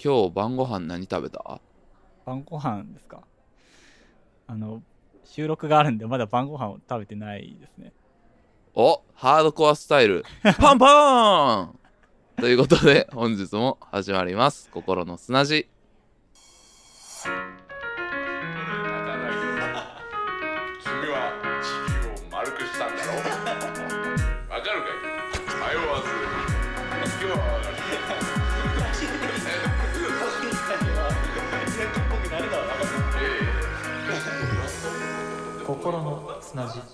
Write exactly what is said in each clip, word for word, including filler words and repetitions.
今日晩ご飯何食べた？ 晩ご飯ですか。あの収録があるんでまだ晩ご飯を食べてないですね。 お、ハードコアスタイルパンパーンということで本日も始まります。心の砂地。 君は地球を丸くしたんだろう。わかるかい？迷わず今日はわかる。 心の砂地。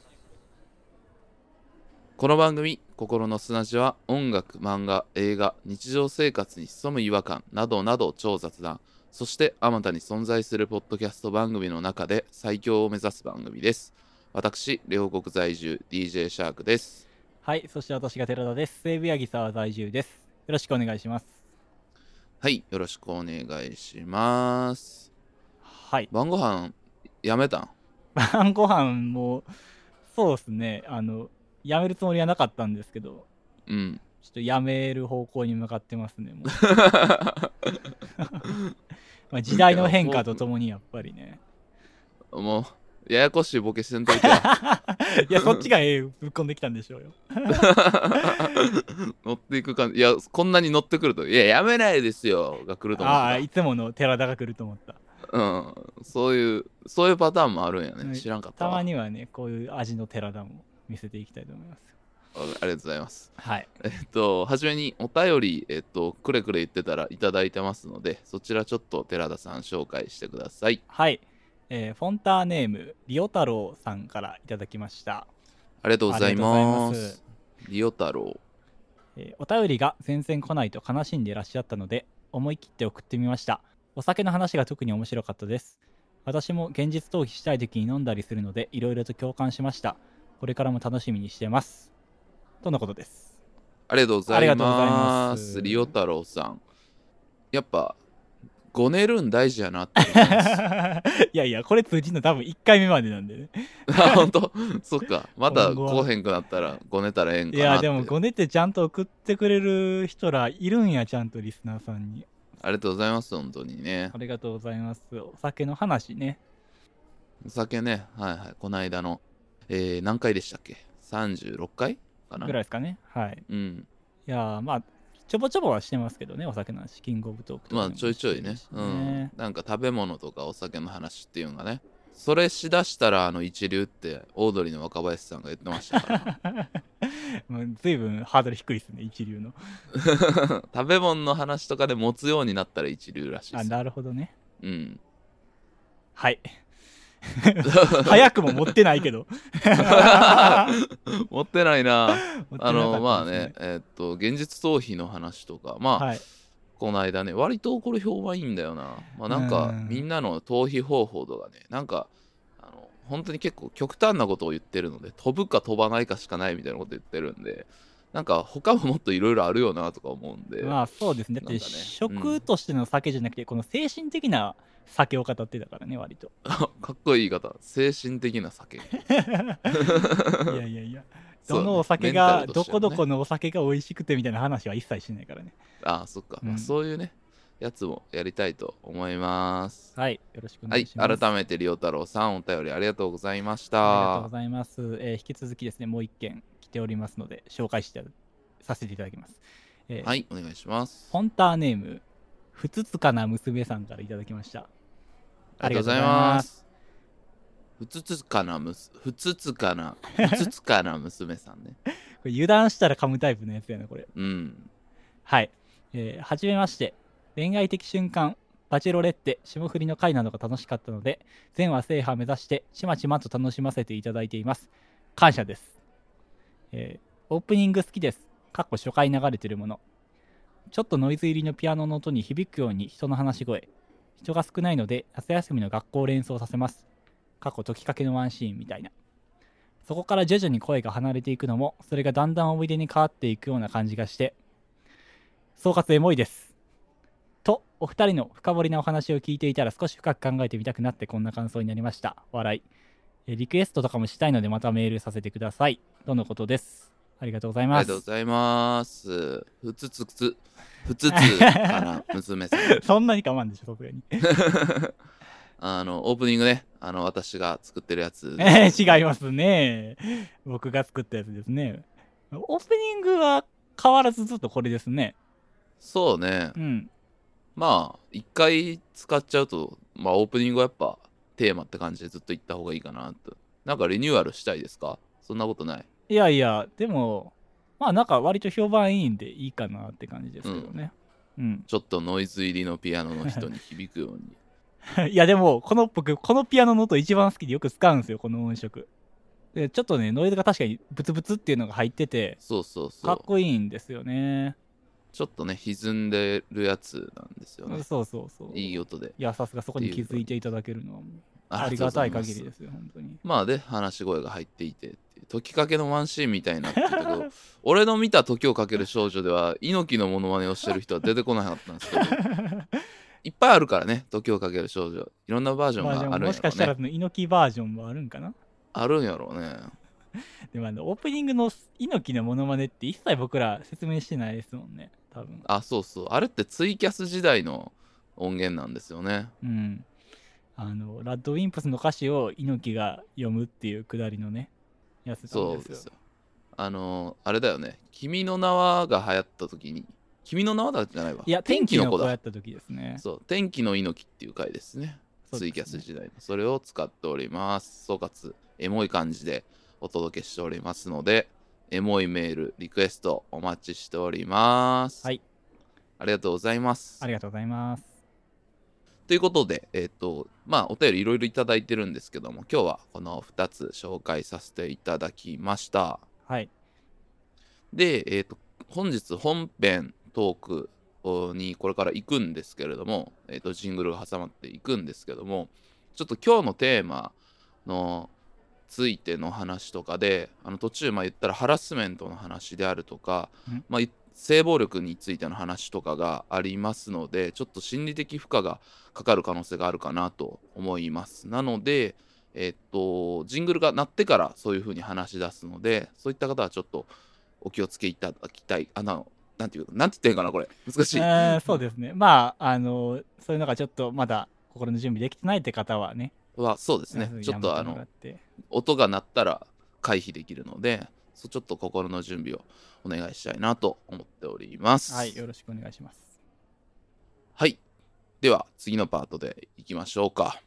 この番組心の砂地は音楽、漫画、映画、日常生活に潜む違和感などなど超雑談、そしてあまたに存在するポッドキャスト番組の中で最強を目指す番組です。私、両国在住 ディージェー シャークです。 はい、そして私が寺田です。西武八木沢在住です。よろしくお願いします。 はい、よろしくお願いします。 はい、 晩ご飯やめたん？ 晩ご飯もそうですね、あのやめるつもりはなかったんですけど、 うんちょっとやめる方向に向かってますね。もうまあ時代の変化とともにやっぱりね。 もうややこしいボケしてんといてやいやそっちがええぶっこんできたんでしょうよ。 乗っていく感じ。いやこんなに乗ってくると、いややめないですよが来ると思った。 ああ、いつもの寺田が来ると思った。 うん、そういうそういうパターンもあるんやね、はい、知らんかったわ。 たまにはね、こういう味の寺田も見せていきたいと思います。 ありがとうございます。 はい。 えっとはじめにお便り、えっとくれくれ言ってたらいただいてますので、そちらちょっと寺田さん紹介してください。 はい、えー、フォンターネームリオ太郎さんからいただきました。 ありがとうございます。リオ太郎、 えー、お便りが全然来ないと悲しんでいらっしゃったので思い切って送ってみました。お酒の話が特に面白かったです。私も現実逃避したい時に飲んだりするのでいろいろと共感しました。これからも楽しみにしてますとのことです。 ありがとうございます。リオ太郎さん、やっぱごねるん大事やなって思いますいやいや、これ通じるの多分いっかいめまでなんでね。 あ、ほんとそっか、またこうへんくなったらごねたらええんかなって。 いやでもごねてちゃんと送ってくれる人らいるんや、ちゃんとリスナーさんに。 ありがとうございます、本当にね。 ありがとうございます。お酒の話ね。 お酒ね、はいはい、この間の、えー、何回でしたっけ？ さんじゅうろっ 回かなぐらいですかね。はい。 うん。 いやまあちょぼちょぼはしてますけどね、お酒の話、キングオブトークとか、 ね。まあちょいちょいね、うん。なんか食べ物とかお酒の話っていうのがね、それしだしたらあの一流ってオードリーの若林さんが言ってましたからもう随分ハードル低いですね、一流の食べ物の話とかで持つようになったら一流らしいです。 あ、なるほどね。 うん。 はい早くも持ってないけど持ってないな。 持ってなかったですね。 あのまあね、えー、っと現実逃避の話とか、まあ、はい、この間ね、割とこれ評判いいんだよな。まあなんかみんなの逃避方法とかね、なんかあの本当に結構極端なことを言ってるので、飛ぶか飛ばないかしかないみたいなこと言ってるんで、なんか他ももっといろいろあるよなとか思うんで。 まあそうですね。だって、ね、食としての酒じゃなくて、うん、この精神的な酒を語ってたからね、割とかっこいい言い方、精神的な酒いやいやいや、どのお酒が、ね、どこどこのお酒が美味しくてみたいな話は一切しないからね。 ああ、そっか、うん、まあ、そういうねやつもやりたいと思います。 はい、よろしくお願いします。 はい、改めてリオ太郎さん、お便りありがとうございました。 ありがとうございます。えー、引き続きですね、もう一件来ておりますので紹介してさせていただきます。 えー、はい、お願いします。 フォンターネームふつつかな娘さんからいただきました。 ありがとうございます。ふつつかなむすふつつかなふつつかな娘さんねこれ油断したら噛むタイプのやつやなこれ。 うん。 はい、えー、はじめまして。恋愛的瞬間、バチェロレッテ、霜降りの回などが楽しかったので全話制覇目指してちまちまと楽しませていただいています。感謝です。えー、オープニング好きです。かっこ初回流れてるもの。ちょっとノイズ入りのピアノの音に響くように人の話し声。人が少ないので夏休みの学校を連想させます。過去解きかけのワンシーンみたいな。そこから徐々に声が離れていくのも、それがだんだん思い出に変わっていくような感じがして、総括エモいです。と、お二人の深掘りなお話を聞いていたら少し深く考えてみたくなってこんな感想になりました。笑い。リクエストとかもしたいのでまたメールさせてください。とのことです。 ありがとうございます。 ありがとうございます。ふつつつふつつかな娘さんそんなに我慢でしょさすがにあのオープニングね、あの私が作ってるやつ、 えー、違いますね。僕が作ったやつですね。オープニングは変わらずずっとこれですね。 そうね、 うん、 まあ一回使っちゃうと、まあオープニングはやっぱテーマって感じでずっと言った方がいいかなと。なんかリニューアルしたいですか？そんなことない。 いやいや、でもまあなんか割と評判いいんでいいかなって感じですけどね。うん、うん、 ちょっとノイズ入りのピアノの人に響くようにいやでもこの僕このピアノの音一番好きでよく使うんですよ、この音色で。ちょっとねノイズが確かにブツブツっていうのが入ってて、 そうそうそう、 かっこいいんですよね。 ちょっとね歪んでるやつなんですよね。 そうそうそう、 いい音で。 いやさすがそこに気づいていただけるのはもうありがたい限りですよ本当に。 まあで話し声が入っていてっていう時かけのワンシーンみたいになってたけど俺の見た時をかける少女では猪木のモノマネをしてる人は出てこなかったんですけどいっぱいあるからね、時をかける少女いろんなバージョンがあるんやろうね。 もしかしたら猪木バージョンもあるんかな。 あるんやろうね。 でもあのオープニングの猪木のモノマネって一切僕ら説明してないですもんね多分。 あ、そうそう、あれってツイキャス時代の音源なんですよね。 うん、あのラッドウィンプスの歌詞を猪木が読むっていうくだりのねやつなんですよ。 そうですよ。あのー、あれだよね、君の名はが流行った時に、君の名はだじゃないわ、 いや天気の子だだやった時ですね。 そう、天気の猪木っていう回ですね。 そうですね、 ツイキャス時代のそれを使っております。総括エモい感じでお届けしておりますので、エモいメールリクエストお待ちしております。 はい、 ありがとうございます。 ありがとうございます。 ということで、えっ、ー、とまあお便りいろいろいただいてるんですけども、今日はこのふたつ紹介させていただきました。 はい。 で、えっ、ー、と本日本編トークにこれから行くんですけれども、えー、とジングルが挟まっていくんですけども、ちょっと今日のテーマのついての話とかで、あの途中まあ言ったらハラスメントの話であるとか、まあ、性暴力についての話とかがありますので、ちょっと心理的負荷がかかる可能性があるかなと思います。なので、えっとジングルが鳴ってからそういう風に話し出すので、そういった方はちょっとお気をつけいただきたい。あのなんていうなんて言ってんかな、これ難しい。 えー、そうですね。まああのそういうのがちょっとまだ心の準備できてないって方はね、 はそうですね、ちょっとあの音が鳴ったら回避できるので、ちょっと心の準備をお願いしたいなと思っております。 はい、よろしくお願いします。 はい、では次のパートでいきましょうか。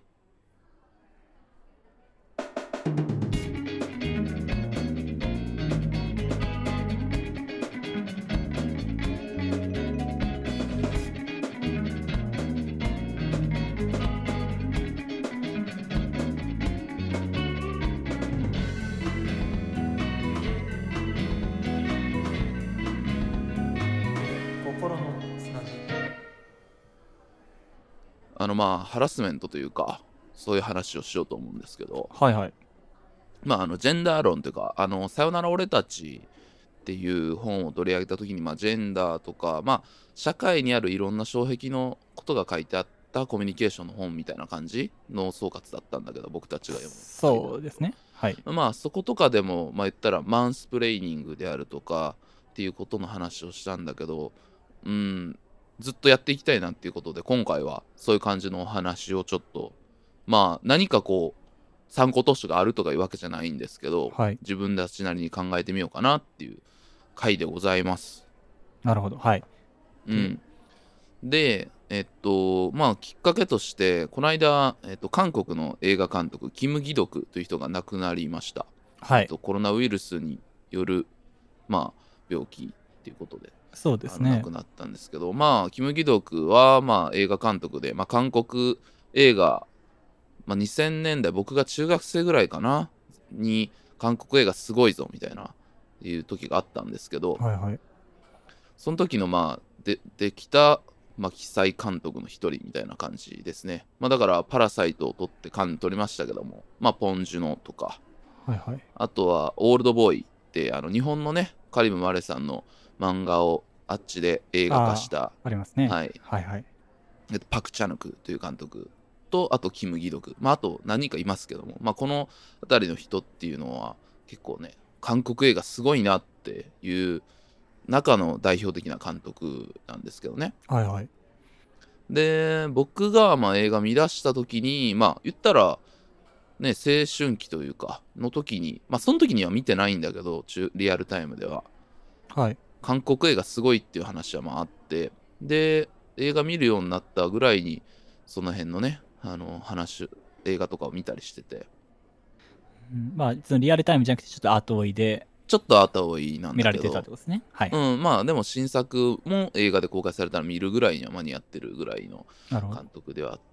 あのまあハラスメントというかそういう話をしようと思うんですけど、 はいはい。 まああのジェンダー論というか、あのさよなら俺たちっていう本を取り上げた時に、まあジェンダーとか、まあ社会にあるいろんな障壁のことが書いてあったコミュニケーションの本みたいな感じの総括だったんだけど、僕たちが読む。 そうですね。はい。 まあそことかでも、まあ言ったらマンスプレーニングであるとかっていうことの話をしたんだけど、うんずっとやっていきたいなっていうことで、今回はそういう感じのお話をちょっと、まあ何かこう参考図書があるとかいうわけじゃないんですけど、 はい、 自分たちなりに考えてみようかなっていう回でございます。 なるほど。はい。 うん。で、えっとまあきっかけとして、この間、えっと、韓国の映画監督キム・ギドクという人が亡くなりました。 はい。 えっと、コロナウイルスによるまあ病気っていうことで。 そうですね、 亡くなったんですけど、まあキム・ギドクはまあ映画監督で、まあ、韓国映画、まあ、にせんねんだい、僕が中学生ぐらいかなに韓国映画すごいぞみたいないう時があったんですけど、 はいはい、 その時のまあでできた、まあ、記載監督の一人みたいな感じですね。まあ、だからパラサイトを撮ってカンヌ撮りましたけども、まあ、ポン・ジュノとか、 はいはい、 あとはオールドボーイってあの日本のねカリム・マレさんの漫画をあっちで映画化したあ, ありますね、 はいはいはい、 パク・チャヌクという監督と、あとキム・ギドク、まあ、あと何人かいますけども、まあ、この辺りの人っていうのは結構ね韓国映画すごいなっていう中の代表的な監督なんですけどね。 はいはい。 で僕がまあ映画見出した時にまあ言ったらね青春期というかの時にまあその時には見てないんだけど中リアルタイムでは、 はい、 韓国映画すごいっていう話はまああって、で映画見るようになったぐらいにその辺のねあの話映画とかを見たりしてて、 うん、まあそのリアルタイムじゃなくてちょっと後追いでちょっと後追いなんだけど見られてたってことですね。はい。 うん、まあでも新作も映画で公開されたら見るぐらいには間に合ってるぐらいの監督ではあって、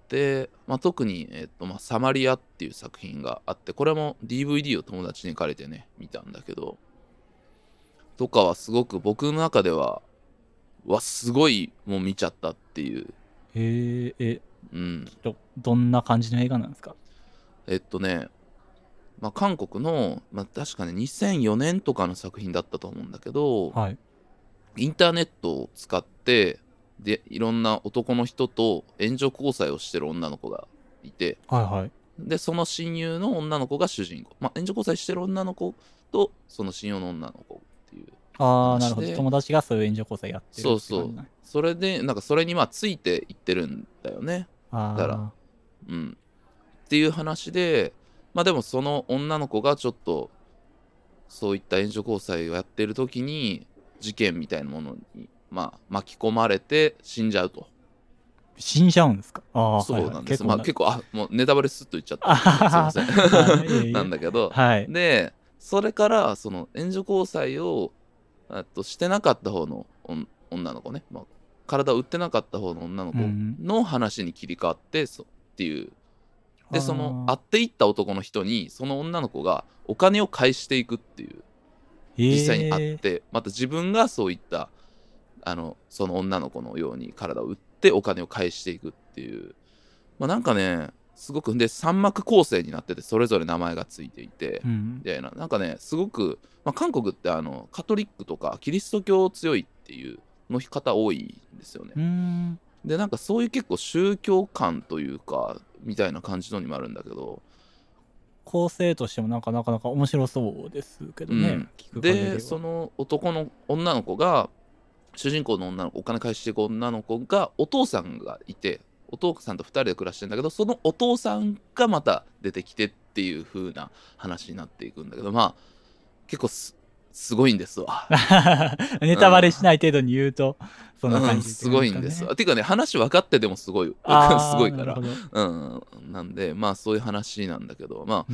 まあ、特に、えっとまあ、サマリアっていう作品があって、これも ディーブイディー を友達に借りてね見たんだけど、とかはすごく僕の中ではわすごいもう見ちゃったっていう。 へえ、 うん、 どどんな感じの映画なんですか？ えっとねまあ、韓国の、まあ、確かねにせんよねんとかの作品だったと思うんだけど、 はい、 インターネットを使ってでいろんな男の人と援助交際をしてる女の子がいて、 はいはい、 でその親友の女の子が主人公、まあ、援助交際してる女の子とその親友の女の子っていう。 ああなるほど、友達がそういう援助交際やってるっていう。 そうそう、それでなんかそれにまあついていってるんだよね。 あだからうんっていう話で、まあでもその女の子がちょっとそういった援助交際をやってる時に事件みたいなものにまあ巻き込まれて死んじゃうと。 死んじゃうんですか？ああそうなんです。 はいはい、 まあ結構あもうネタバレスッと言っちゃったすいませんなんだけど、 はい、 でそれからその援助交際をとしてなかった方の女の子ね、まあ、体を売ってなかった方の女の子の話に切り替わってそっていうでその会っていった男の人にその女の子がお金を返していくっていう、実際に会ってまた自分がそういったあのその女の子のように体を売ってお金を返していくっていう、まあ、なんかねすごくでさん幕構成になっててそれぞれ名前がついていて、うん、みたいななんかねすごく、まあ、韓国ってあのカトリックとかキリスト教強いっていうの方多いんですよね。 うーんでなんかそういう結構宗教観というかみたいな感じのにもあるんだけど、 構成としてもなんかなかなか面白そうですけどね、うん、聞く限りは。 でその男の女の子が主人公の女の子お金返していく女の子がお父さんがいてお父さんとふたりで暮らしてるんだけどそのお父さんがまた出てきてっていう風な話になっていくんだけど、まあ結構 す, すごいんですわネタバレしない程度に言うと、うん、そんな感じ、 うん、すごいんですわ。ていうかね話分かっててもすごいすごいから、うん、なんでまあそういう話なんだけど、まあ、うん、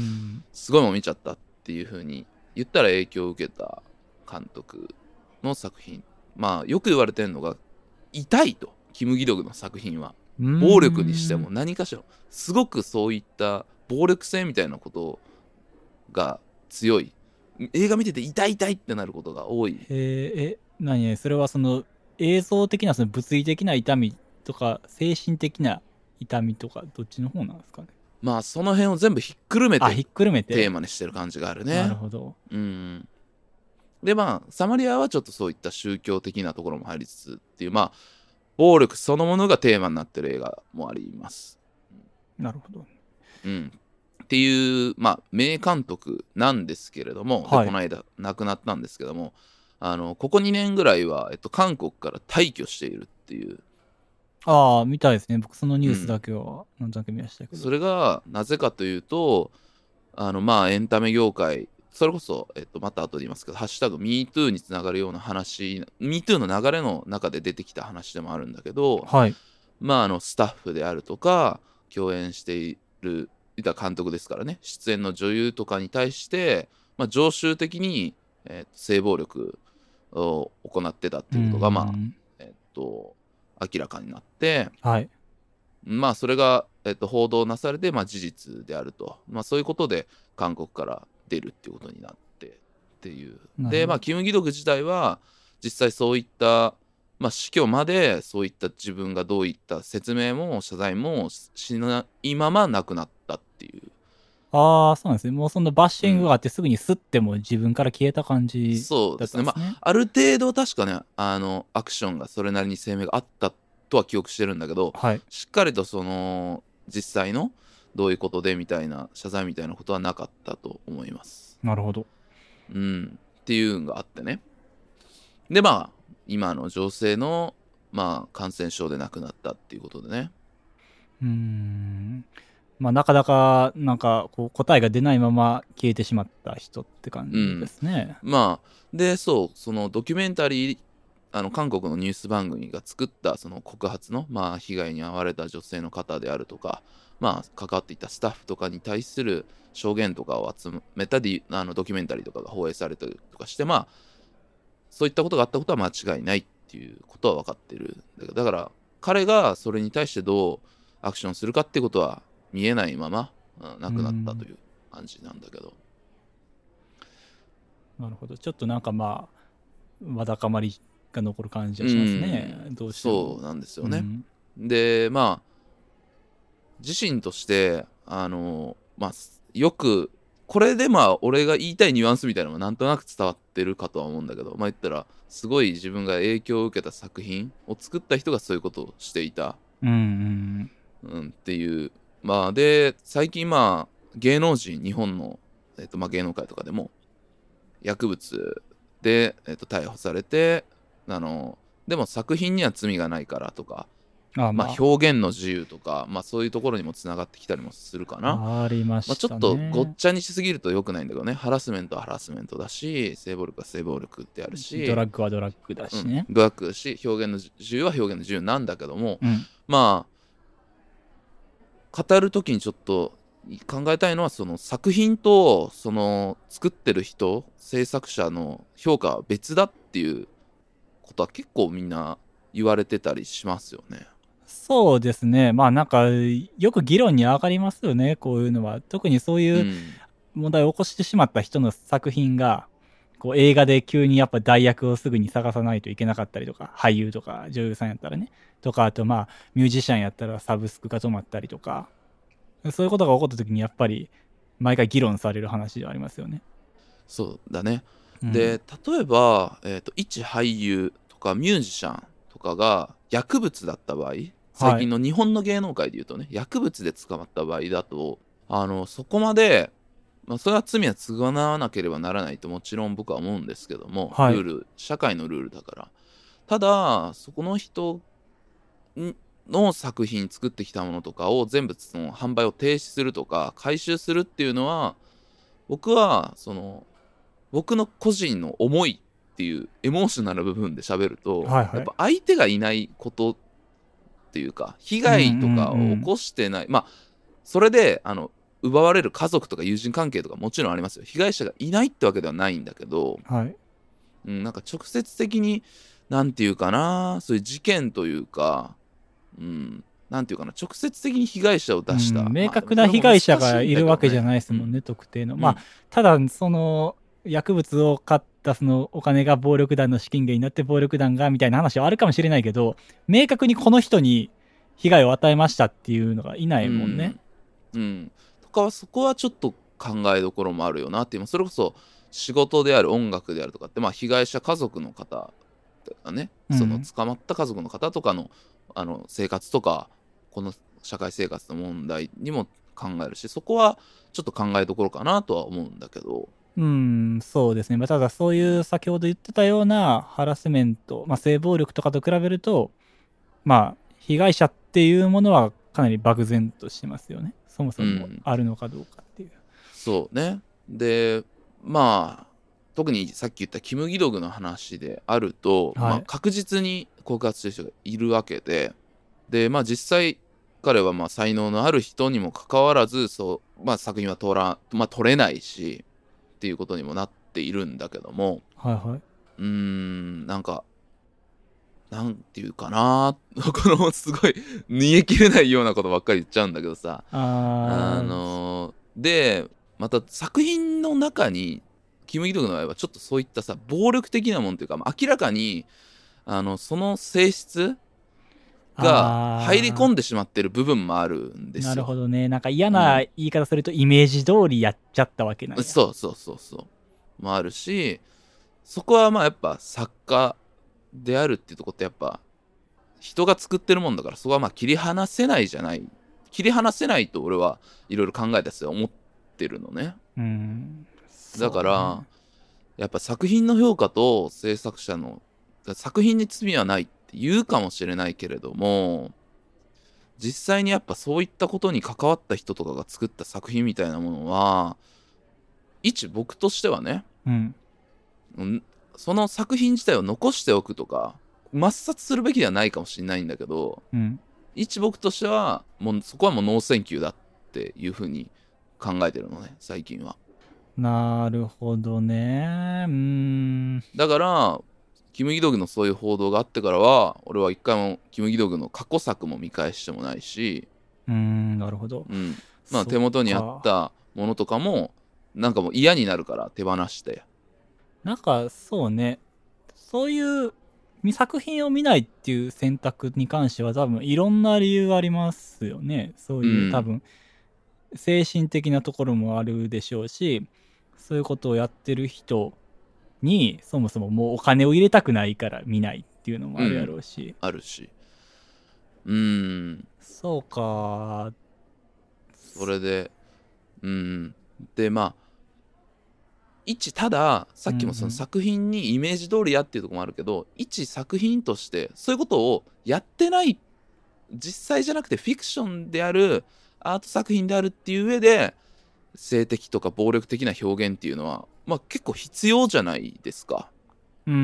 すごいもん見ちゃったっていう風に言ったら影響を受けた監督の作品、まあよく言われてるのが痛いと、キム・ギドクの作品は暴力にしても何かしらすごくそういった暴力性みたいなことが強い、映画見てて痛い痛いってなることが多い。 えー、え何それはその映像的なその物理的な痛みとか精神的な痛みとかどっちの方なんですかね。 まあその辺を全部ひっくるめてひっくるめてテーマにしてる感じがあるね。 なるほど。 うんでまあサマリアはちょっとそういった宗教的なところも入りつつっていう、まあ暴力そのものがテーマになってる映画もあります。 なるほど、 うん、っていうまあ名監督なんですけれども、はい、でこの間亡くなったんですけども、あのここにねんぐらいは、えっと、韓国から退去しているっていう。 ああみたいですね。僕そのニュースだけは何となく見ましたけど、 うん、それがなぜかというとあのまあエンタメ業界それこそ、えっと、また後で言いますけど、ハッシュタグ ミートゥー につながるような話、ミートゥー の流れの中で出てきた話でもあるんだけど、 はい、 まあ、あのスタッフであるとか、共演している、いた監督ですからね、出演の女優とかに対して、まあ、常習的に、えー、性暴力を行ってたっていうことが、まあ、えっと、明らかになって、 はい、 まあ、それが、えっと、報道なされて、まあ、事実であると。まあ、そういうことで、韓国から出るっていうことになってっていうで、まあ、キム・ギドク自体は実際そういった、まあ、死去までそういった自分がどういった説明も謝罪もしないまま亡くなったっていう。 ああそうなんですね。もうそのバッシングがあってすぐにスッても自分から消えた感じだったんですね。 そうですね。まあある程度確かねあのアクションがそれなりに声明があったとは記憶してるんだけど、 はい、 しっかりとその実際のどういうことでみたいな謝罪みたいなことはなかったと思います。 なるほど。 ううん、っていうのがあってね。でまあ今の情勢のまあ感染症で亡くなったっていうことでね。 うーん。まあなかなかなんかこう答えが出ないまま消えてしまった人って感じですね。 うん、まあでそうそのドキュメンタリーあの韓国のニュース番組が作ったその告発のまあ被害に遭われた女性の方であるとか、まあ関わっていたスタッフとかに対する証言とかを集めたディあのドキュメンタリーとかが放映されたりとかして、まあそういったことがあったことは間違いないっていうことは分かってるんだけど、だから彼がそれに対してどうアクションするかってことは見えないまま、うん、亡くなったという感じなんだけど。 なるほど。ちょっとなんかまあわだかまりが残る感じがしますね。 うん、 どうしてもそうなんですよね。うん、でまあ自身としてあのまあよくこれでまあ俺が言いたいニュアンスみたいなのもなんとなく伝わってるかとは思うんだけど、まあ言ったらすごい自分が影響を受けた作品を作った人がそういうことをしていた、 うんうんうん、っていう。まあで最近まあ芸能人日本の、えっと、まあ芸能界とかでも薬物で、えっと、逮捕されて、あのでも作品には罪がないからとか、あ、まあ、まあ表現の自由とか、まあ、そういうところにもつながってきたりもするかな。 ありましたね。 まあ、ちょっとごっちゃにしすぎると良くないんだけどね。ハラスメントはハラスメントだし、性暴力は性暴力ってあるし、 ドラッグはドラッグだしね、 うん、ドラッグだし、表現の自由は表現の自由なんだけども、 うん、 まあ語るときにちょっと考えたいのは、その作品とその作ってる人、制作者の評価は別だっていうことは結構みんな言われてたりしますよね。 そうですね。まあなんかよく議論に上がりますよね、こういうのは。特にそういう問題を起こしてしまった人の作品が、こう映画で急にやっぱ代役をすぐに探さないといけなかったりとか、俳優とか女優さんやったらね、とかあとまあミュージシャンやったらサブスクが止まったりとか、そういうことが起こった時にやっぱり毎回議論される話ではありますよね。 そうだね。うん、で例えば、えーと、一俳優とかミュージシャンとかが薬物だった場合、最近の日本の芸能界でいうとね、はい、薬物で捕まった場合だと、あのそこまで、まあ、それは罪は償わなければならないともちろん僕は思うんですけども、はい、ルール社会のルールだから。ただそこの人の作品作ってきたものとかを全部その販売を停止するとか回収するっていうのは、僕はその僕の個人の思いっていうエモーショナル部分で喋ると、はいはい、やっぱ相手がいないことっていうか被害とかを起こしてない、うんうんうん、まあそれであの奪われる家族とか友人関係とかもちろんありますよ。被害者がいないってわけではないんだけど、 はいうん、なんか直接的になんていうかな、そういう事件というか、うん、なんていうかな、直接的に被害者を出した、 うん、明確な被害者がいるわけじゃないですもんね、うん、特定の、うん、まあただその薬物を買ったそのお金が暴力団の資金源になって暴力団がみたいな話はあるかもしれないけど、明確にこの人に被害を与えましたっていうのがいないもんね。 うん、うん、とかはそこはちょっと考えどころもあるよなっていう。それこそ仕事である音楽であるとかって、まあ、被害者家族の方がね、うん、その捕まった家族の方とかの、あの生活とかこの社会生活の問題にも考えるし、そこはちょっと考えどころかなとは思うんだけど。 うん、そうですね。まあ、ただそういう先ほど言ってたようなハラスメント、まあ、性暴力とかと比べると、まあ被害者っていうものはかなり漠然としてますよね。そもそもあるのかどうかっていう。うん、 そうね。で、まあ特にさっき言ったキム・ギドグの話であると、はい、まあ、確実に告発してる人がいるわけで、で、まあ実際彼はまあ才能のある人にもかかわらず、そう、まあ、作品は撮ら、まあ、撮れないしっていうことにもなっているんだけども、 はいはい、 うーん、なんかなんていうかな、このすごい煮え切れないようなことばっかり言っちゃうんだけどさ、 ああのでまた作品の中にキム・ギドグの場合はちょっとそういったさ暴力的なもんというか、まあ、明らかにあのその性質が入り込んでしまってる部分もあるんですよ。 なるほどね。なんか嫌な言い方するとイメージ通りやっちゃったわけなんや、 うん、そうそうそうそうもあるし、そこはまあやっぱ作家であるっていうところってやっぱ人が作ってるもんだから、そこはまあ切り離せないじゃない切り離せないと俺はいろいろ考えたやつで思ってるのね。 うん、 だからやっぱ作品の評価と制作者の作品に罪はないって言うかもしれないけれども、実際にやっぱそういったことに関わった人とかが作った作品みたいなものは、一僕としてはね、 うん、 その作品自体を残しておくとか抹殺するべきではないかもしれないんだけど、 うん、 一僕としてはもうそこはもうノーセンキューだっていうふうに考えてるのね、最近は。 なるほどね。うーん。 だからキム・ギドグのそういう報道があってからは、俺は一回もキム・ギドグの過去作も見返してもないし、 うーん、なるほど。 うん、まあ手元にあったものとかもなんかもう嫌になるから手放して。 なんかそうね、そういう作品を見ないっていう選択に関しては多分いろんな理由ありますよね。そういう、うん、多分精神的なところもあるでしょうし、そういうことをやってる人にそもそももうお金を入れたくないから見ないっていうのもあるやろうし、うん、 あるし、うーん、 そうか。 それで、うん、でまあ一たださっきもその作品にイメージ通りやっていうところもあるけど、うんうん、一作品としてそういうことをやってない、実際じゃなくてフィクションであるアート作品であるっていう上で性的とか暴力的な表現っていうのは、まあ、結構必要じゃないですか。 うんうん、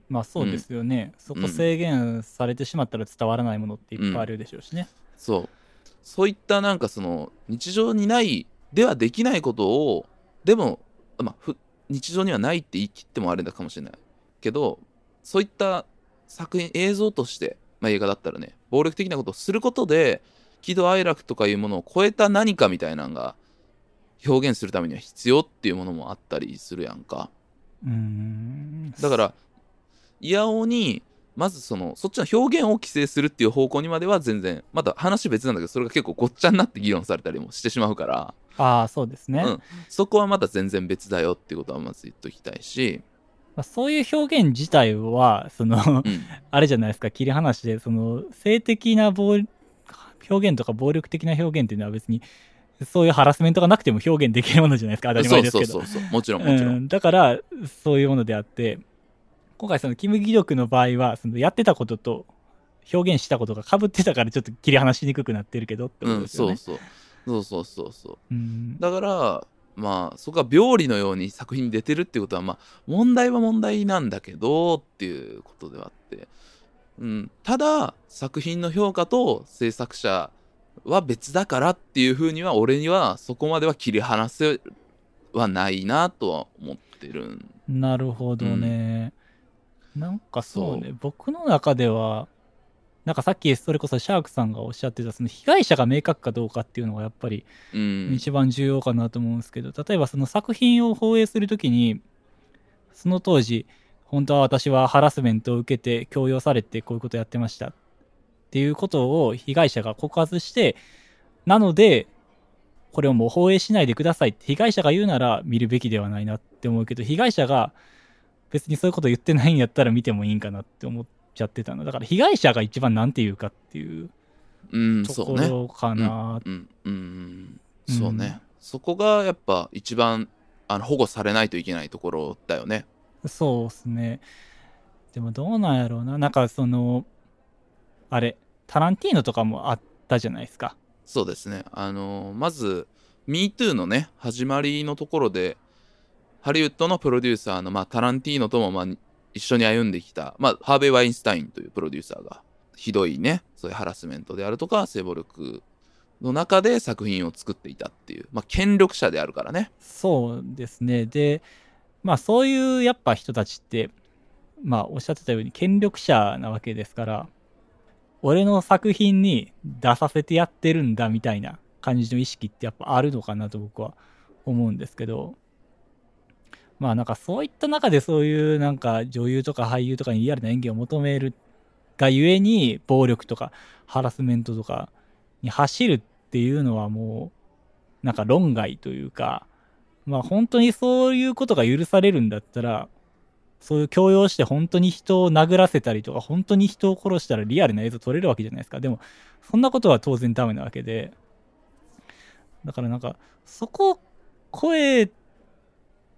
まあそうですよね、うん、そこ制限されてしまったら伝わらないものっていっぱいあるでしょうしね、うん、 そうそういったなんかその日常にないではできないことをでも、まあ、日常にはないって言い切ってもあれだかもしれないけど、そういった作品映像として、まあ、映画だったらね暴力的なことをすることで喜怒哀楽とかいうものを超えた何かみたいなのが表現するためには必要っていうものもあったりするやんか。 うーん、 だからいやおうにまずそのそっちの表現を規制するっていう方向にまでは全然また話別なんだけど、それが結構ごっちゃになって議論されたりもしてしまうから、 ああそうですね、 うん、そこはまた全然別だよっていうことはまず言っときたいし、 まあ、そういう表現自体はその、うん、あれじゃないですか、切り離しでその性的な暴表現とか暴力的な表現っていうのは別にそういうハラスメントがなくても表現できるものじゃないですか、当たり前ですけど。 そうそうそうそう、もちろんもちろん、 うん、だからそういうものであって、今回そのキム・ギドクの場合はそのやってたことと表現したことが被ってたからちょっと切り離しにくくなってるけどってことですよね、うん、 そうそうそうそうそうそう、うん、だからまあそこが病理のように作品に出てるっていうことはまあ問題は問題なんだけどっていうことではあって、うん、ただ作品の評価と制作者は別だからっていうふうには俺にはそこまでは切り離せはないなとは思ってるん。 なるほどね、うん、なんかそうね、そう僕の中ではなんかさっきそれこそシャークさんがおっしゃってたその被害者が明確かどうかっていうのがやっぱり一番重要かなと思うんですけど、例えばその作品を放映するときにその当時本当は私はハラスメントを受けて強要されてこういうことやってましたっていうことを被害者が告発して、なのでこれをもう放映しないでくださいって被害者が言うなら見るべきではないなって思うけど、被害者が別にそういうこと言ってないんやったら見てもいいんかなって思ってちゃってたのだから、被害者が一番なんて言うかっていうところかな。 うんうんうんそうね、そこがやっぱ一番あの保護されないといけないところだよね。 そうですね。でもどうなんやろうな、なんかそのあれタランティーノとかもあったじゃないですか。 そうですね、あのー、まず ミートゥー のね始まりのところでハリウッドのプロデューサーの、まあ、タランティーノともまあ一緒に歩んできた、まあ、ハーベイ・ワインスタインというプロデューサーがひどいねそういうハラスメントであるとか性暴力の中で作品を作っていたっていう、まあ、権力者であるからね。 そうですね。でまあそういうやっぱ人たちってまあおっしゃってたように権力者なわけですから、俺の作品に出させてやってるんだみたいな感じの意識ってやっぱあるのかなと僕は思うんですけど、まあなんかそういった中でそういうなんか女優とか俳優とかにリアルな演技を求めるがゆえに暴力とかハラスメントとかに走るっていうのはもうなんか論外というか、まあ本当にそういうことが許されるんだったらそういう強要して本当に人を殴らせたりとか本当に人を殺したらリアルな映像撮れるわけじゃないですか。でもそんなことは当然ダメなわけで、だからなんかそこを超え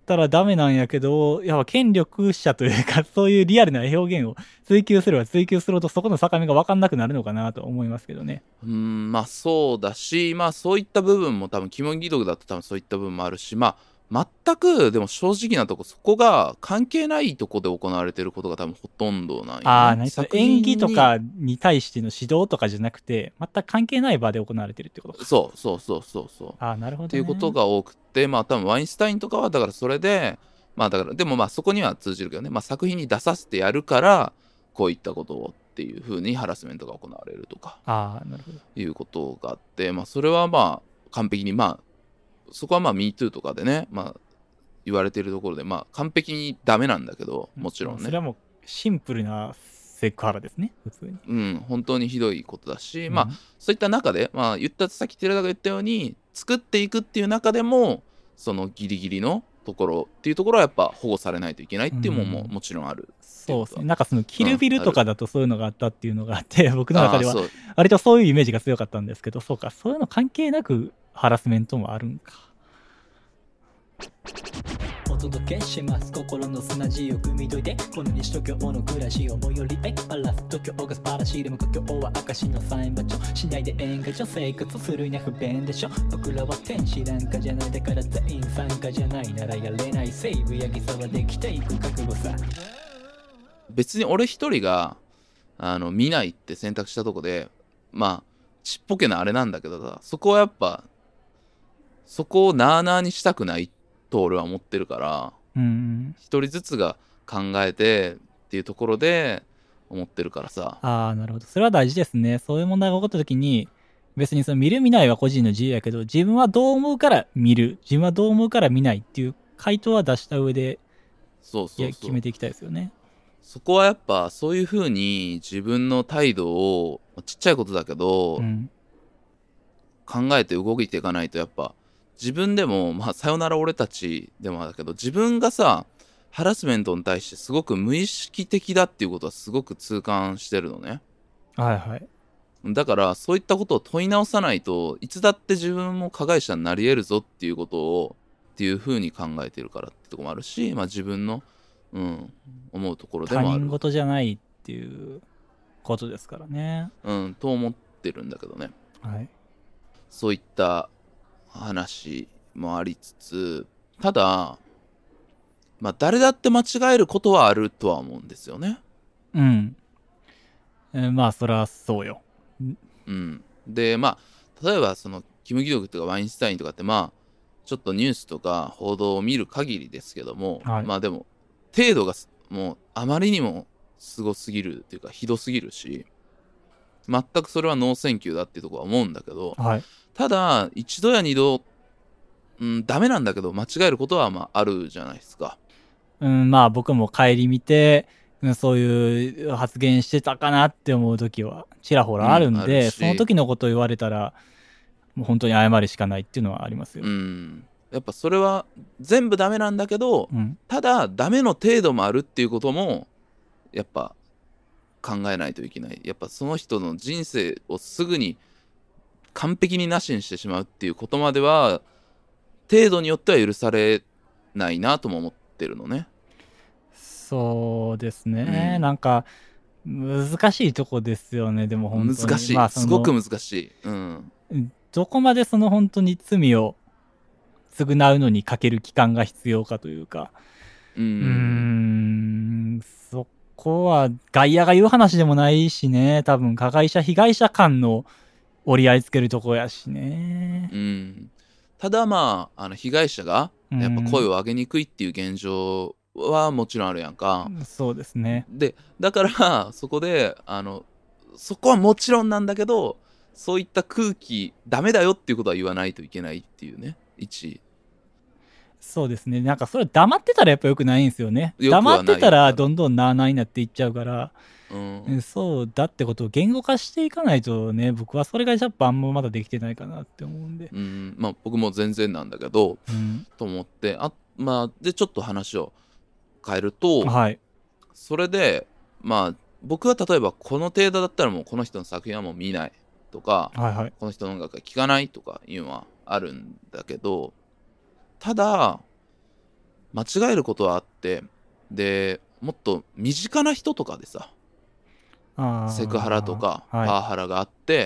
ったらダメなんやけど、やっぱ権力者というか、そういうリアルな表現を追求すれば追求すると、そこの境目が分かんなくなるのかなと思いますけどね。 うーん、まあそうだし、まあそういった部分も多分、キム・ギドクだと多分そういった部分もあるし、まあ、全くでも正直なとこ、そこが関係ないとこで行われてることが多分ほとんどなんよね。 ああ、何それ作品に演技とかに対しての指導とかじゃなくて、全く関係ない場で行われてるってことか。 そうそうそうそうそう。 ああ、なるほどね。 っていうことが多くて、まあ多分ワインスタインとかはだからそれで、まあだからでもまあそこには通じるけどね、まあ作品に出させてやるからこういったことをっていうふうにハラスメントが行われるとかああ、なるほど。 いうことがあって、まあそれはまあ完璧にまあそこはまあ MeToo とかでね、まあ言われているところでまあ完璧にダメなんだけど、もちろんね。 それはもうシンプルなセクハラですね、普通に。 うん、本当にひどいことだし、 うん、 まあそういった中で、まあ言ったさっき寺田が言ったように作っていくっていう中でもそのギリギリのところっていうところはやっぱ保護されないといけないっていうのも、うん、もちろんある。 そうですね。なんかそのキルビルとかだとそういうのがあったっていうのがあって、うん、僕の中ではそう割とそういうイメージが強かったんですけど、そうか、そういうの関係なくハラスメントもあるんか。お届けします心の砂地を汲み解いてこの西東京の暮らしを最寄りへバラす東京が素晴らしいでも故郷は証のサイン場所しないで演歌上生活するには不便でしょ僕らは天使なんかじゃないだから全員参加じゃないならやれない西武八木沢できていく覚悟さ別に俺一人があの見ないって選択したとこでまあちっぽけなあれなんだけどさそこはやっぱそこをなあなあにしたくないと俺は思ってるから、うん、一人ずつが考えてっていうところで思ってるからさ。 ああ、なるほど。それは大事ですね。そういう問題が起こった時に別にその見る見ないは個人の自由やけど自分はどう思うから見る自分はどう思うから見ないっていう回答は出した上でそうそうそう決めていきたいですよね。 そこはやっぱそういうふうに自分の態度をちっちゃいことだけど、うん、考えて動いていかないとやっぱ自分でもまあさよなら俺たちでもだけど自分がさハラスメントに対してすごく無意識的だっていうことはすごく痛感してるのね。 はいはい。 だからそういったことを問い直さないといつだって自分も加害者になり得るぞっていうことをっていうふうに考えてるからってとこもあるし、まあ自分の、うん、思うところでもある。 他人事じゃないっていうことですからね。 うんと思ってるんだけどね。 はい。 そういった話もありつつただまあ誰だって間違えることはあるとは思うんですよね。 うん、えー、まあそりゃそうよ。 うんでまあ例えばそのキム・ギドクとかワインスタインとかってまあちょっとニュースとか報道を見る限りですけども、はい、まあでも程度がもうあまりにもすごすぎるっていうかひどすぎるし全くそれはノーセンキューだっていうところは思うんだけど、はい、ただ一度や二度、うん、ダメなんだけど間違えることはまああるじゃないですか。 うん、まあ僕も顧みてそういう発言してたかなって思う時はちらほらあるんで、うん、その時のことを言われたらもう本当に謝るしかないっていうのはありますよ。 うん、やっぱそれは全部ダメなんだけど、うん、ただダメの程度もあるっていうこともやっぱ考えないといけない。やっぱその人の人生をすぐに完璧になしにしてしまうっていうことまでは程度によっては許されないなとも思ってるのね。 そうですね、うん、なんか難しいとこですよね。でも本当に難しい、まあ、すごく難しい、うん、 どこまでその本当に罪を償うのにかける期間が必要かというか、うーん、うーんそこは外野が言う話でもないしね。多分加害者被害者間の折り合いつけるとこやしね。 うん、ただまあ、あの被害者がやっぱ声を上げにくいっていう現状はもちろんあるやんか。 うん、そうですね。 でだからそこであのそこはもちろんなんだけどそういった空気ダメだよっていうことは言わないといけないっていうね。一そうですね。なんかそれ黙ってたらやっぱ良くないんですよね。黙ってたらどんどんなあなあになっていっちゃうから、うん、そうだってことを言語化していかないとね。僕はそれがやっぱあんままだできてないかなって思うんで、 うん、まあ僕も全然なんだけど、うん、と思ってあまあでちょっと話を変えると、はい、それでまあ僕は例えばこの程度だったらもうこの人の作品はもう見ないとか、はいはい、この人の音楽が聴かないとかいうのはあるんだけど、ただ間違えることはあって、でもっと身近な人とかでさ、セクハラとかパワハラがあって、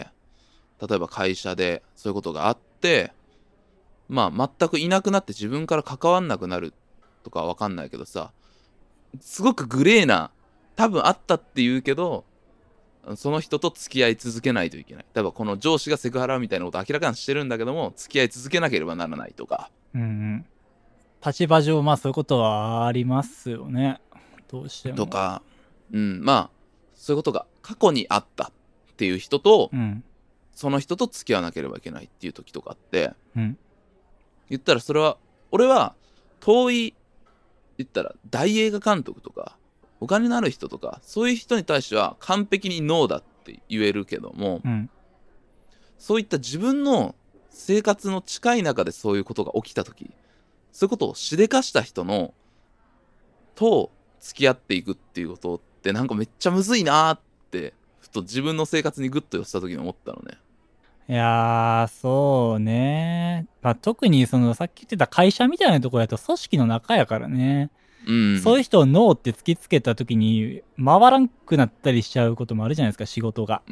はい、例えば会社でそういうことがあって、まあ全くいなくなって自分から関わんなくなるとかは分かんないけどさ、すごくグレーな、多分あったって言うけどその人と付き合い続けないといけない。例えばこの上司がセクハラみたいなことを明らかにしてるんだけども付き合い続けなければならないとか、 うんうん、立場上まあそういうことはありますよね、どうしても。 とか、うん、まあそういうことが過去にあったっていう人と、うん、その人と付き合わなければいけないっていう時とかって、うん、言ったらそれは俺は遠い、言ったら大映画監督とかお金のある人とかそういう人に対しては完璧にノーだって言えるけども、うん、そういった自分の生活の近い中でそういうことが起きた時、そういうことをしでかした人のと付き合っていくっていうことってなんかめっちゃむずいなってふと自分の生活にグッと寄せた時に思ったのね。 いやーそうね、まあ、特にそのさっき言ってた会社みたいなところだと組織の中やからね、うん、そういう人をノーって突きつけた時に回らんくなったりしちゃうこともあるじゃないですか、仕事が、うん、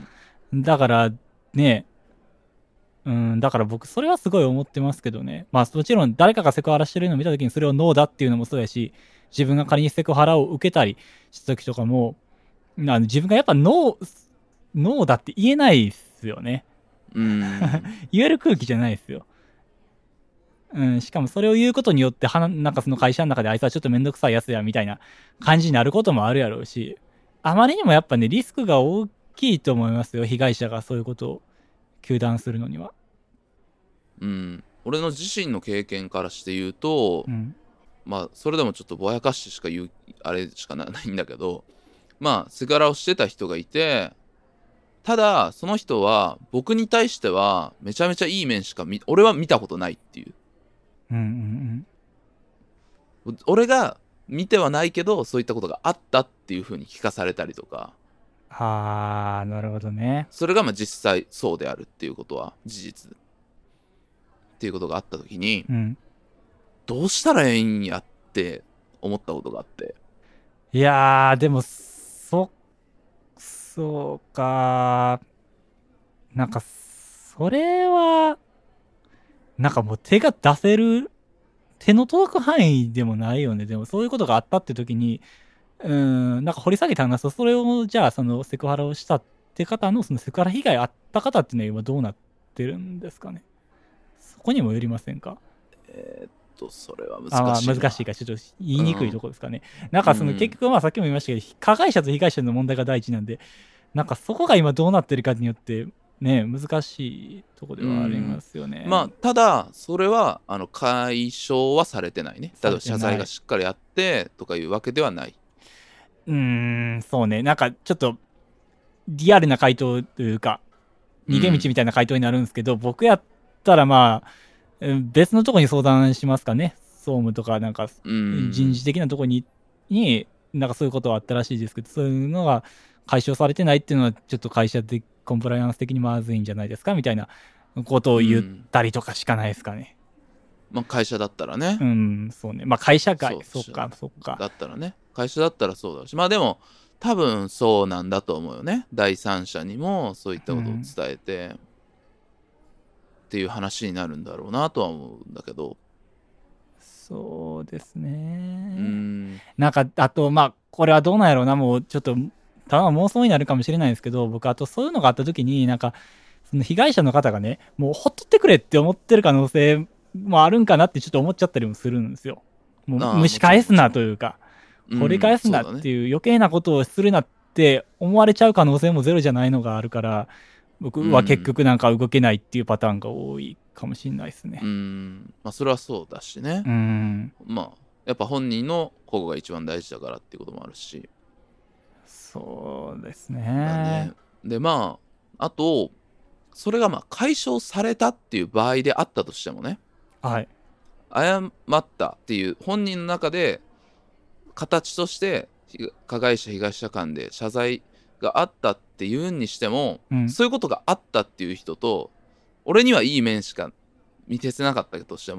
だからね、うん、だから僕それはすごい思ってますけどね。まあもちろん誰かがセクハラしてるのを見た時にそれをノーだっていうのもそうやし、自分が仮にセクハラを受けたりした時とかも自分がやっぱノーノーだって言えないっすよね。うん言える空気じゃないっすよ。うん、しかもそれを言うことによってはなんかその会社の中であいつはちょっとめんどくさいやつやみたいな感じになることもあるやろうし、あまりにもやっぱねリスクが大きいと思いますよ、被害者がそういうことを糾弾するのには。 うん、俺の自身の経験からして言うと、うん、まあそれでもちょっとぼやかしてしか言うあれしかないんだけど、まあセクハラをしてた人がいて、ただその人は僕に対してはめちゃめちゃいい面しか俺は見たことないっていう、うんうんうん、俺が見てはないけどそういったことがあったっていう風に聞かされたりとか。 あーなるほどね。 それがまあ実際そうであるっていうことは事実っていうことがあった時に、うん、どうしたらええんやって思ったことがあって。 いやーでもそそうか、なんかそれはなんかもう手が出せる手の届く範囲でもないよね。でもそういうことがあったって時にうーんなんか掘り下げて話すと、それをじゃあそのセクハラをしたって方のそのセクハラ被害あった方っていうのは今どうなってるんですかね。そこにもよりませんか。 えー、っとそれは難しいな。 あ難しいかちょっと言いにくいところですかね、うん、なんかその結局まあさっきも言いましたけど、加害者と被害者の問題が第一なんで、なんかそこが今どうなってるかによってね難しいところではありますよね、 うん、まあただそれはあの解消はされてないね。例えば謝罪がしっかりあってとかいうわけではない。 うーんそうね、なんかちょっとリアルな回答というか逃げ道みたいな回答になるんですけど、うん、僕やったらまあ別のところに相談しますかね。総務とかなんか人事的なところに、になんかそういうことはあったらしいですけど、そういうのが解消されてないっていうのはちょっと会社でコンプライアンス的にまずいんじゃないですかみたいなことを言ったりとかしかないですかね、 うん、まあ会社だったらね、 うんそうね、まあ会社外そっかそっかだったらね、会社だったらそうだし、まあでも多分そうなんだと思うよね。第三者にもそういったことを伝えて、うん、っていう話になるんだろうなとは思うんだけど。 そうですね、うんなんかあとまあこれはどうなんやろうな、もうちょっとただ妄想になるかもしれないですけど、僕あとそういうのがあった時になんかその被害者の方がねもうほっとってくれって思ってる可能性もあるんかなってちょっと思っちゃったりもするんですよ。もう蒸し返すなというか掘り返すなっていう余計なことをするなって思われちゃう可能性もゼロじゃないのがあるから、僕は結局なんか動けないっていうパターンが多いかもしれないですね。 うん、まあそれはそうだしね。うん、まあやっぱ本人の保護が一番大事だからっていうこともあるし。 そうですね。 ねでまああとそれがまあ解消されたっていう場合であったとしてもね、はい、謝ったっていう本人の中で形として加害者被害者間で謝罪があったっていうんにしても、うん、そういうことがあったっていう人と俺にはいい面しか見てせなかったとしても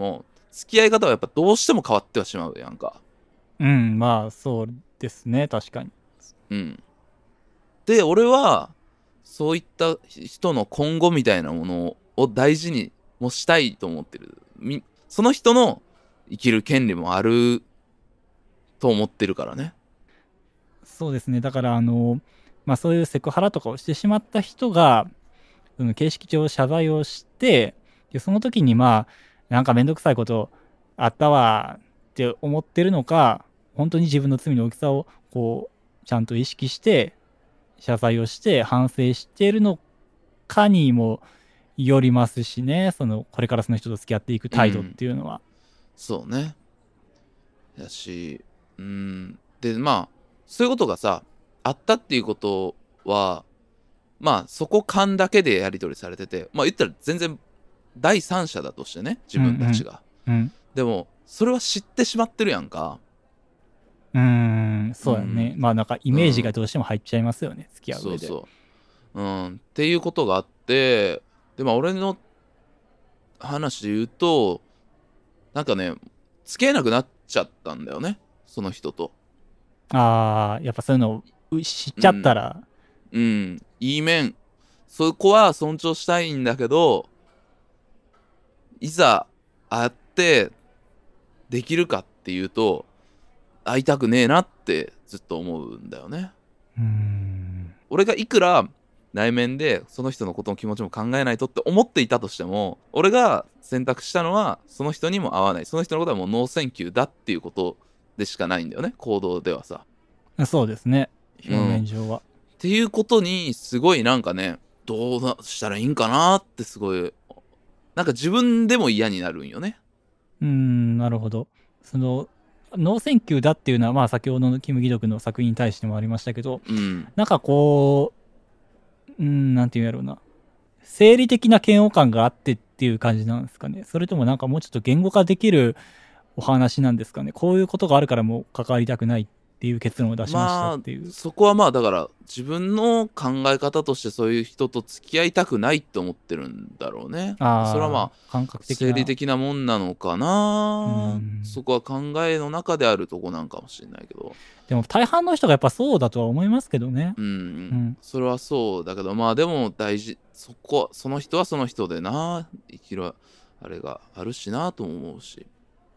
付き合い方はやっぱどうしても変わってはしまうやんか。 うんまあそうですね確かに。 うんで俺はそういった人の今後みたいなものを大事にもしたいと思ってる。その人の生きる権利もあると思ってるからね。 そうですねだからあのまあそういうセクハラとかをしてしまった人がその形式上謝罪をしてでその時にまあなんかめんどくさいことあったわって思ってるのか本当に自分の罪の大きさをこうちゃんと意識して謝罪をして反省しているのかにもよりますしねそのこれからその人と付き合っていく態度っていうのは、うん、 そうねだしうんでまあそういうことがさあったっていうことはまあそこ間だけでやり取りされててまあ言ったら全然第三者だとしてね自分たちが、 うんうんうん、でもそれは知ってしまってるやんか。 うーんそうやね、うん、まあなんかイメージがどうしても入っちゃいますよね、うん、付き合う上で。 そうそう、うん、っていうことがあってでまあ俺の話で言うとなんかね付き合えなくなっちゃったんだよねその人と。 あーやっぱそういうのを知っちゃったら、 うん、うん、いい面そこは尊重したいんだけどいざ会ってできるかっていうと会いたくねえなってずっと思うんだよね。 うーん俺がいくら内面でその人のことの気持ちも考えないとって思っていたとしても俺が選択したのはその人にも会わないその人のことはもうノーセンキューだっていうことでしかないんだよね行動ではさ。 そうですね表面上は、うん、 っていうことにすごいなんかねどうしたらいいんかなってすごいなんか自分でも嫌になるんよね。 うーんなるほど。そのノーセンキューだっていうのはまあ先ほどのキム・ギドクの作品に対してもありましたけど、 うん、 なんかこううんなんていうんやろうな生理的な嫌悪感があってっていう感じなんですかね。それともなんかもうちょっと言語化できるお話なんですかね。こういうことがあるからもう関わりたくないっていう結論を出しましたっていう、 まあ、そこはまあだから自分の考え方としてそういう人と付き合いたくないって思ってるんだろうね。 あそれはまあ感覚的な生理的なもんなのかな、 うん、 そこは考えの中であるとこなんかもしれないけどでも大半の人がやっぱそうだとは思いますけどね。 うん、うんうん、 それはそうだけどまあでも大事そこその人はその人でな生きるあれがあるしなと思うし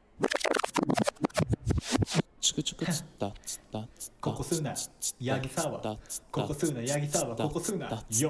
チクチクつったつったつったここすうなヤギサワここすうなヤギサワここすうなよキ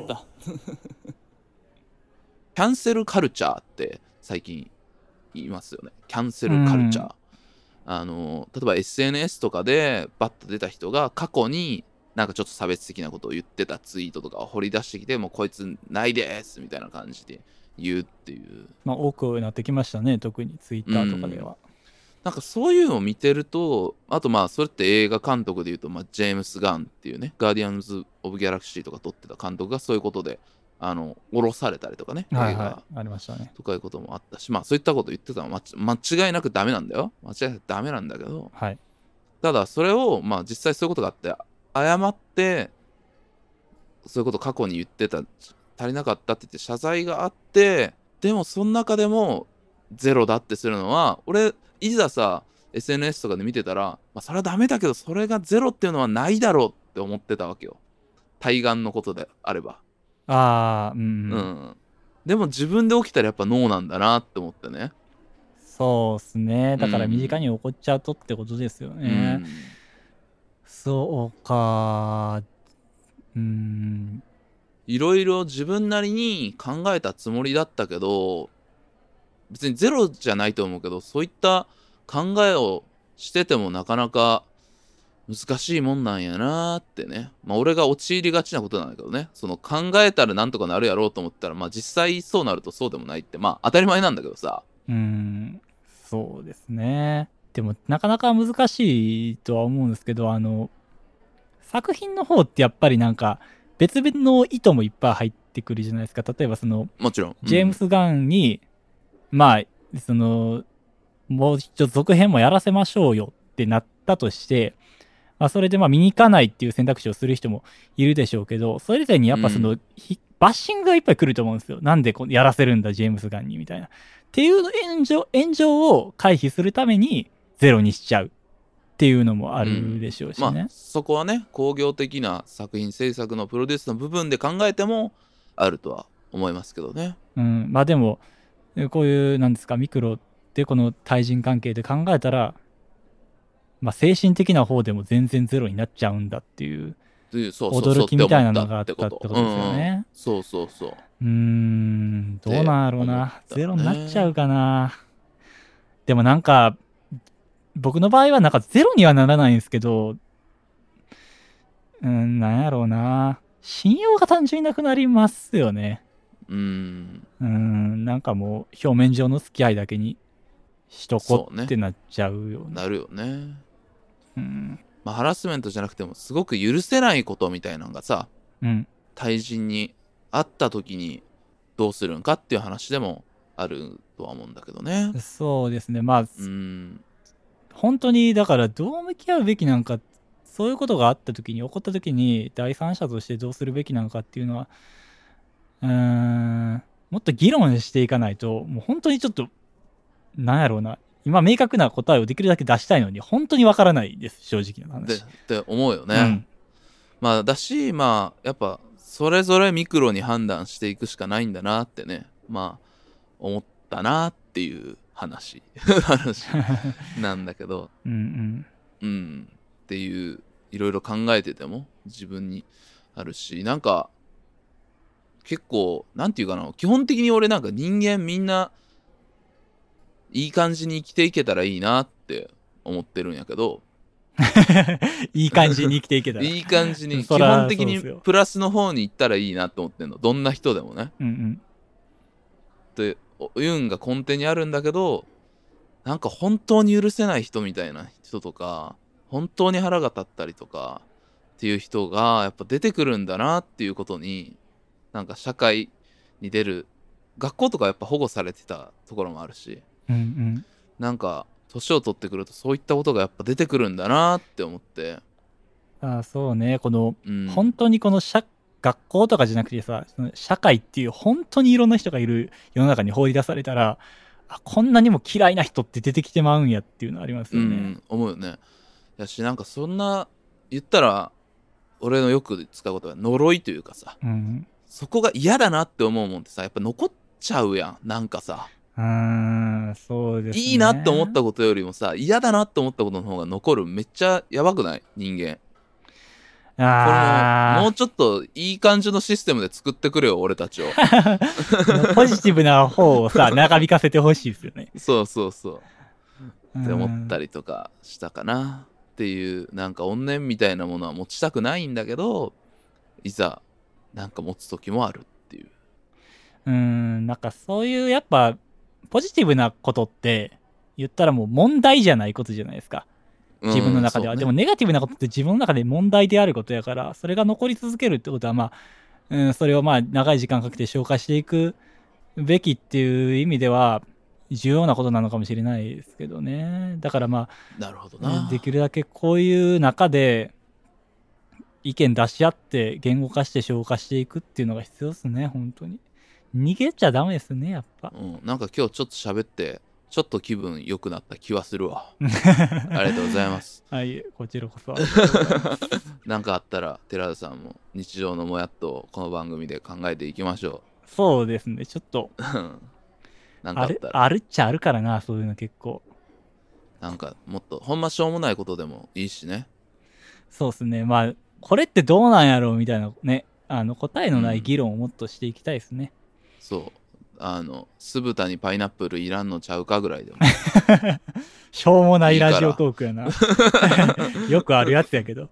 ャンセルカルチャーって最近言いますよね。キャンセルカルチャー、うん、あの例えば エスエヌエス とかでバッと出た人が過去になんかちょっと差別的なことを言ってたツイートとかを掘り出してきてもうこいつないですみたいな感じで言うっていう、 まあ多くなってきましたね特にツイッターとかでは、うん、 なんかそういうのを見てるとあとまあそれって映画監督でいうと、まあ、ジェームス・ガンっていうねガーディアンズ・オブ・ギャラクシーとか撮ってた監督がそういうことであの降ろされたりとかね、 はいはい、ありましたねとかいうこともあったしまあそういったこと言ってたのは間違いなくダメなんだよ間違いなくダメなんだけど、 はい、 ただそれをまあ実際そういうことがあって謝ってそういうこと過去に言ってた足りなかったって言って謝罪があってでもその中でもゼロだってするのは俺いざさ エスエヌエス とかで見てたら、まあ、それはダメだけどそれがゼロっていうのはないだろうって思ってたわけよ対岸のことであればああ、うん、うんうんでも自分で起きたらやっぱノーなんだなって思ってね。 そうっすねだから身近に起こっちゃうとってことですよね、うん、そうかうんいろいろ自分なりに考えたつもりだったけど別にゼロじゃないと思うけどそういった考えをしててもなかなか難しいもんなんやなーってね。まあ俺が陥りがちなことなんだけどねその考えたらなんとかなるやろうと思ったらまあ実際そうなるとそうでもないってまあ当たり前なんだけどさうんそうですね。でもなかなか難しいとは思うんですけどあの作品の方ってやっぱりなんか別々の意図もいっぱい入ってくるじゃないですか。例えばそのもちろん、うん、 ジェームス・ガンにまあそのもう一度続編もやらせましょうよってなったとして、まあ、それでまあ見に行かないっていう選択肢をする人もいるでしょうけどそれ以前にやっぱその、うん、 バッシングがいっぱい来ると思うんですよ。なんでこうやらせるんだジェームズ・ガンにみたいなっていう炎上炎上を回避するためにゼロにしちゃうっていうのもあるでしょうしね、 うん、まあそこはね工業的な作品制作のプロデュースの部分で考えてもあるとは思いますけどね。 うん、まあでもこういうなんですかミクロでこの対人関係で考えたら、まあ、精神的な方でも全然ゼロになっちゃうんだっていう驚きみたいなのがあったってことですよね。 そうそうそう。 うーんどうなんやろうな、ゼロになっちゃうかな。でもなんか僕の場合はなんかゼロにはならないんですけど、うんなんやろうな、信用が単純になくなりますよね。 うーんうんなんかもう表面上の付き合いだけにしとこってなっちゃうよね。 なるよね。 うんまあ、ハラスメントじゃなくてもすごく許せないことみたいなのがさ、 うん、 対人に会った時にどうするんかっていう話でもあるとは思うんだけどね。 そうですねまあうん本当にだからどう向き合うべきなんか、そういうことがあった時に起こった時に第三者としてどうするべきなのかっていうのはうーんもっと議論していかないと、もう本当にちょっとなんやろうな、今明確な答えをできるだけ出したいのに本当にわからないです正直な話でって思うよね、 うん、 まあだしまあやっぱそれぞれミクロに判断していくしかないんだなってねまあ思ったなっていう話話なんだけどうんうんうんっていういろいろ考えてても自分にあるし、なんか結構なんていうかな、基本的に俺なんか人間みんないい感じに生きていけたらいいなって思ってるんやけどいい感じに生きていけたらいい感じに基本的にプラスの方に行ったらいいなと思ってんの、どんな人でもね、 うんうん、 っていうんが根底にあるんだけど、なんか本当に許せない人みたいな人とか本当に腹が立ったりとかっていう人がやっぱ出てくるんだなっていうことに、なんか社会に出る学校とかやっぱ保護されてたところもあるし、 うんうん、 なんか年を取ってくるとそういったことがやっぱ出てくるんだなって思って、 あそうねこの、 うん、 本当にこの社学校とかじゃなくてさ、その社会っていう本当にいろんな人がいる世の中に放り出されたら、あこんなにも嫌いな人って出てきてまうんやっていうのありますよね、うん、 思うよね。やしなんかそんな言ったら俺のよく使うことは呪いというかさ、うん、そこが嫌だなって思うもんってさやっぱ残っちゃうやん。なんかさうーんそうですね、 いいなって思ったことよりもさ嫌だなって思ったことの方が残る。めっちゃやばくない？人間。あこれももうちょっといい感じのシステムで作ってくれよ俺たちをポジティブな方をさ長引かせてほしいですよね。 そうそうそうって思ったりとかしたかなっていう、なんか怨念みたいなものは持ちたくないんだけど、いざなんか持つ時もあるっていう。 うーんなんかそういうやっぱポジティブなことって言ったらもう問題じゃないことじゃないですか自分の中では、うんね、でもネガティブなことって自分の中で問題であることやから、それが残り続けるってことはまあ、うん、それをまあ長い時間かけて消化していくべきっていう意味では重要なことなのかもしれないですけどね。だからまあなるほどな、 できるだけこういう中で意見出し合って言語化して消化していくっていうのが必要ですね。本当に逃げちゃダメですねやっぱ、 うん、なんか今日ちょっと喋ってちょっと気分良くなった気はするわありがとうございます。 はいこちらこそなんかあったら寺田さんも日常のもやっとをこの番組で考えていきましょう。そうですねちょっとなんかあったらあるっちゃあるからなそういうの結構なんかもっとほんましょうもないことでもいいしね。 そうですねまあこれってどうなんやろうみたいなね、あの答えのない議論をもっとしていきたいですね、 うん、そうあの酢豚にパイナップルいらんのちゃうかぐらいでもしょうもないラジオトークやなよくあるやつやけど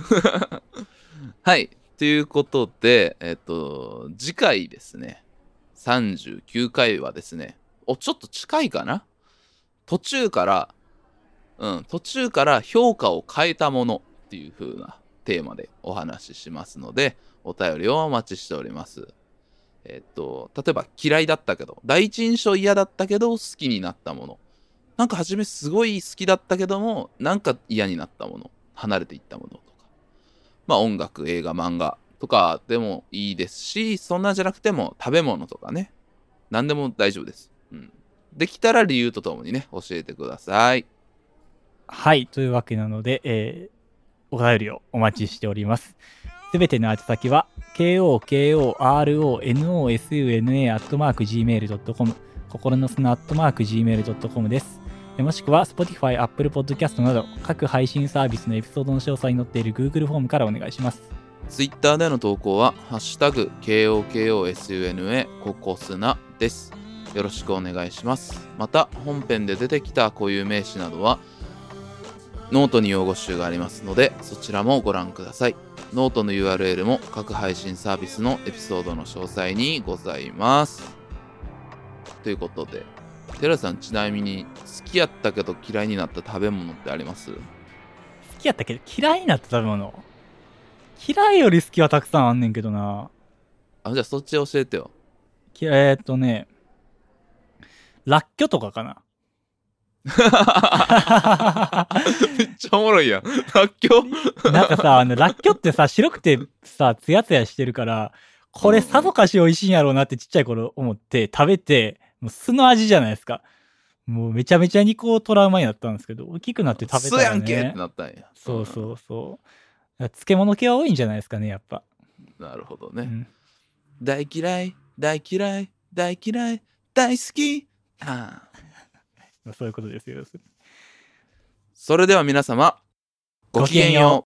はいということでえっと次回ですねさんじゅうきゅうかいはですねおちょっと近いかな、途中からうん途中から評価を変えたものっていう風なテーマでお話ししますのでお便りをお待ちしております。えっと例えば嫌いだったけど第一印象嫌だったけど好きになったもの、なんか初めすごい好きだったけどもなんか嫌になったもの、離れていったものとか、まあ音楽映画漫画とかでもいいですし、そんなんじゃなくても食べ物とかね、何でも大丈夫です。うん。できたら理由とともにね、教えてください。 はい、というわけなので、えー、お便りをお待ちしております。すべての宛先は ケーオーケーオーアールオーエヌオーエスユーエヌエー アットマーク ジーメールドットコム 心の砂アットマーク ジーメールドットコム です。もしくは Spotify、Apple Podcast など各配信サービスのエピソードの詳細に載っている Google フォームからお願いします。 Twitter での投稿はハッシュタグ ケーオーケーオーエスユーエヌエー ココスナです。よろしくお願いします。また本編で出てきた固有名詞などはノートに用語集がありますので、そちらもご覧ください。ノートの ユーアールエル も各配信サービスのエピソードの詳細にございます。ということで、テラさん、ちなみに好きやったけど嫌いになった食べ物ってあります？ 好きやったけど嫌いになった食べ物、嫌いより好きはたくさんあんねんけどな。 あ、じゃあそっち教えてよ。 えー、っとねらっきょとかかな。 めっちゃおもろいやん。らっきょなんかさ、あのらっきょってさ、白くてさ、ツヤツヤしてるから、これさぞかし美味しいんやろうなってちっちゃい頃思って食べて、もう酢の味じゃないですか。もうめちゃめちゃにこうトラウマになったんですけど、大きくなって食べたらね。 酢やんけってなったんや。 そうそうそう。漬物系は多いんじゃないですかね、やっぱ。 なるほどね。 うん、 大嫌い、大嫌い、大嫌い、大好き。はあ、そういうことですよ。 それでは皆様、ごきげんよう。